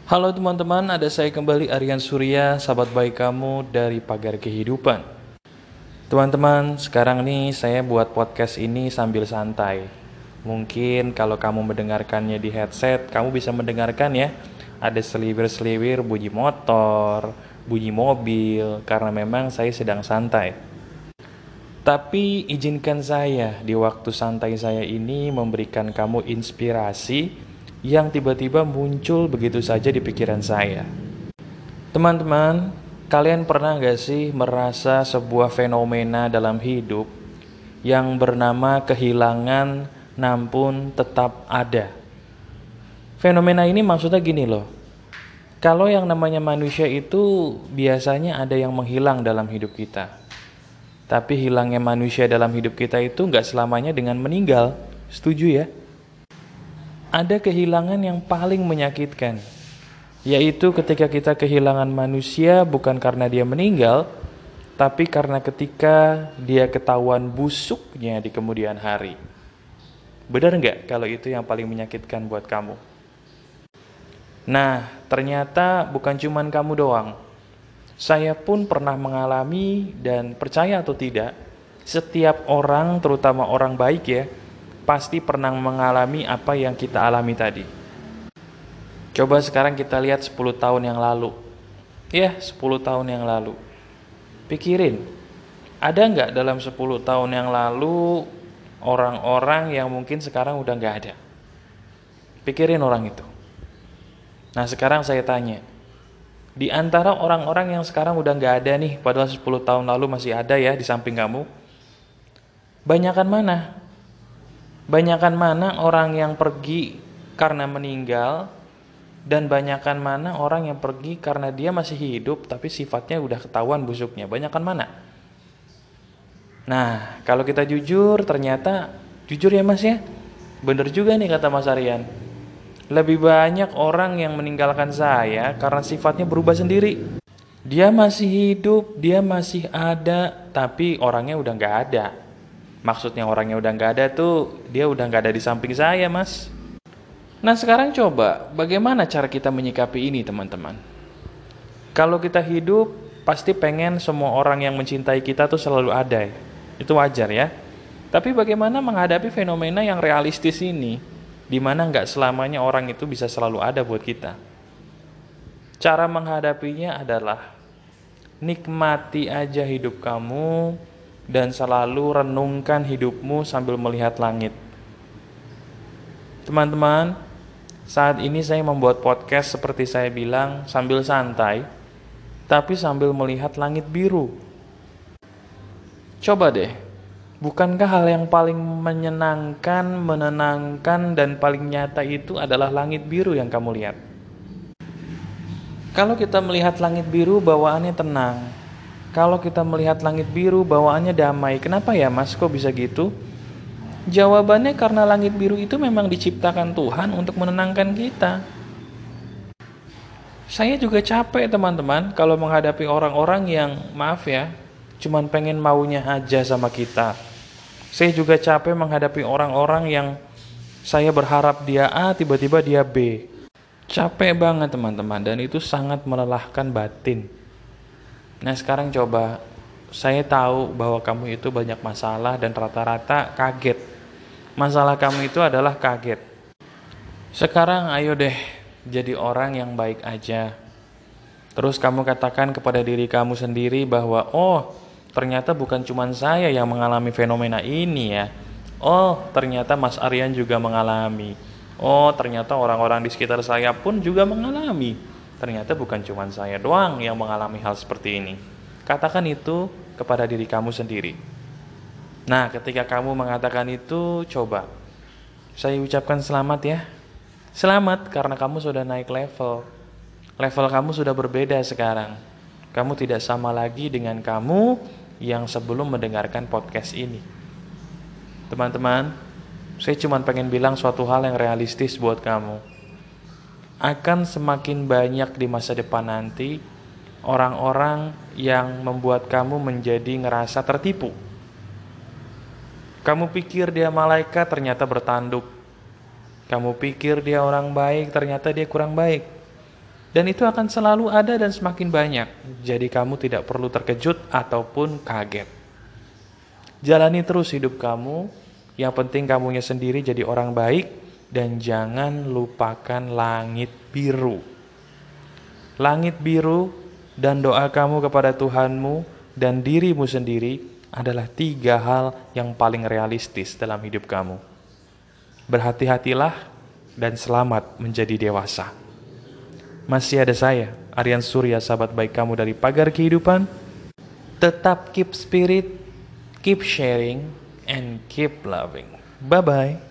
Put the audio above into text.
Halo teman-teman, ada saya kembali Aryan Surya, sahabat baik kamu dari Pagar Kehidupan. Teman-teman, sekarang nih saya buat podcast ini sambil santai. Mungkin kalau kamu mendengarkannya di headset, kamu bisa mendengarkan ya. Ada seliwir-seliwir bunyi motor, bunyi mobil, karena memang saya sedang santai. Tapi izinkan saya di waktu santai saya ini memberikan kamu inspirasi yang tiba-tiba muncul begitu saja di pikiran saya. Teman-teman, kalian pernah gak sih merasa sebuah fenomena dalam hidup yang bernama kehilangan namun tetap ada? Fenomena ini maksudnya gini loh. Kalau yang namanya manusia itu biasanya ada yang menghilang dalam hidup kita. Tapi hilangnya manusia dalam hidup kita itu gak selamanya dengan meninggal. Setuju ya? Ada kehilangan yang paling menyakitkan, yaitu ketika kita kehilangan manusia bukan karena dia meninggal, tapi karena ketika dia ketahuan busuknya di kemudian hari. Benar nggak kalau itu yang paling menyakitkan buat kamu? Nah, ternyata bukan cuman kamu doang. Saya pun pernah mengalami, dan percaya atau tidak, setiap orang, terutama orang baik ya, pasti pernah mengalami apa yang kita alami tadi. Coba sekarang kita lihat 10 tahun yang lalu. Ya, 10 tahun yang lalu. Pikirin, ada nggak dalam 10 tahun yang lalu orang-orang yang mungkin sekarang udah nggak ada? Pikirin orang itu. Nah sekarang saya tanya, di antara orang-orang yang sekarang udah nggak ada nih, padahal 10 tahun lalu masih ada ya di samping kamu, banyakan mana? Banyakan mana orang yang pergi karena meninggal, dan banyakan mana orang yang pergi karena dia masih hidup tapi sifatnya udah ketahuan busuknya? Banyakan mana? Nah, kalau kita jujur, ternyata jujur ya Mas ya, bener juga nih kata Mas Aryan. Lebih banyak orang yang meninggalkan saya karena sifatnya berubah sendiri. Dia masih hidup, dia masih ada, tapi orangnya udah nggak ada. Maksudnya orangnya udah nggak ada tuh, dia udah nggak ada di samping saya Mas. Nah sekarang coba, bagaimana cara kita menyikapi ini teman-teman? Kalau kita hidup, pasti pengen semua orang yang mencintai kita tuh selalu ada. Itu wajar ya. Tapi bagaimana menghadapi fenomena yang realistis ini, di mana nggak selamanya orang itu bisa selalu ada buat kita? Cara menghadapinya adalah nikmati aja hidup kamu dan selalu renungkan hidupmu sambil melihat langit. Teman-teman, saat ini saya membuat podcast seperti saya bilang sambil santai, tapi sambil melihat langit biru. Coba deh, bukankah hal yang paling menyenangkan, menenangkan, dan paling nyata itu adalah langit biru yang kamu lihat? Kalau kita melihat langit biru, bawaannya tenang. Kalau kita melihat langit biru, bawaannya damai. Kenapa ya Mas, kok bisa gitu? Jawabannya karena langit biru itu memang diciptakan Tuhan untuk menenangkan kita. Saya juga capek teman-teman kalau menghadapi orang-orang yang, maaf ya, cuman pengen maunya aja sama kita. Saya juga capek menghadapi orang-orang yang saya berharap dia A, tiba-tiba dia B. Capek banget teman-teman, dan itu sangat melelahkan batin. Nah sekarang coba, saya tahu bahwa kamu itu banyak masalah dan rata-rata kaget. Masalah kamu itu adalah kaget. Sekarang ayo deh, jadi orang yang baik aja. Terus kamu katakan kepada diri kamu sendiri bahwa, oh ternyata bukan cuma saya yang mengalami fenomena ini ya. Oh ternyata Mas Aryan juga mengalami. Oh ternyata orang-orang di sekitar saya pun juga mengalami. Ternyata bukan cuma saya doang yang mengalami hal seperti ini. Katakan itu kepada diri kamu sendiri. Nah ketika kamu mengatakan itu, coba saya ucapkan selamat ya. Selamat karena kamu sudah naik level. Level kamu sudah berbeda sekarang. Kamu tidak sama lagi dengan kamu yang sebelum mendengarkan podcast ini. Teman-teman, saya cuma pengen bilang suatu hal yang realistis buat kamu. Akan semakin banyak di masa depan nanti orang-orang yang membuat kamu menjadi ngerasa tertipu. Kamu pikir dia malaikat, ternyata bertanduk. Kamu pikir dia orang baik, ternyata dia kurang baik. Dan itu akan selalu ada dan semakin banyak. Jadi kamu tidak perlu terkejut ataupun kaget. Jalani terus hidup kamu. Yang penting kamunya sendiri jadi orang baik. Dan jangan lupakan langit biru. Langit biru dan doa kamu kepada Tuhanmu dan dirimu sendiri adalah 3 hal yang paling realistis dalam hidup kamu. Berhati-hatilah dan selamat menjadi dewasa. Masih ada saya, Aryan Surya, sahabat baik kamu dari Pagar Kehidupan. Tetap keep spirit, keep sharing, and keep loving. Bye-bye.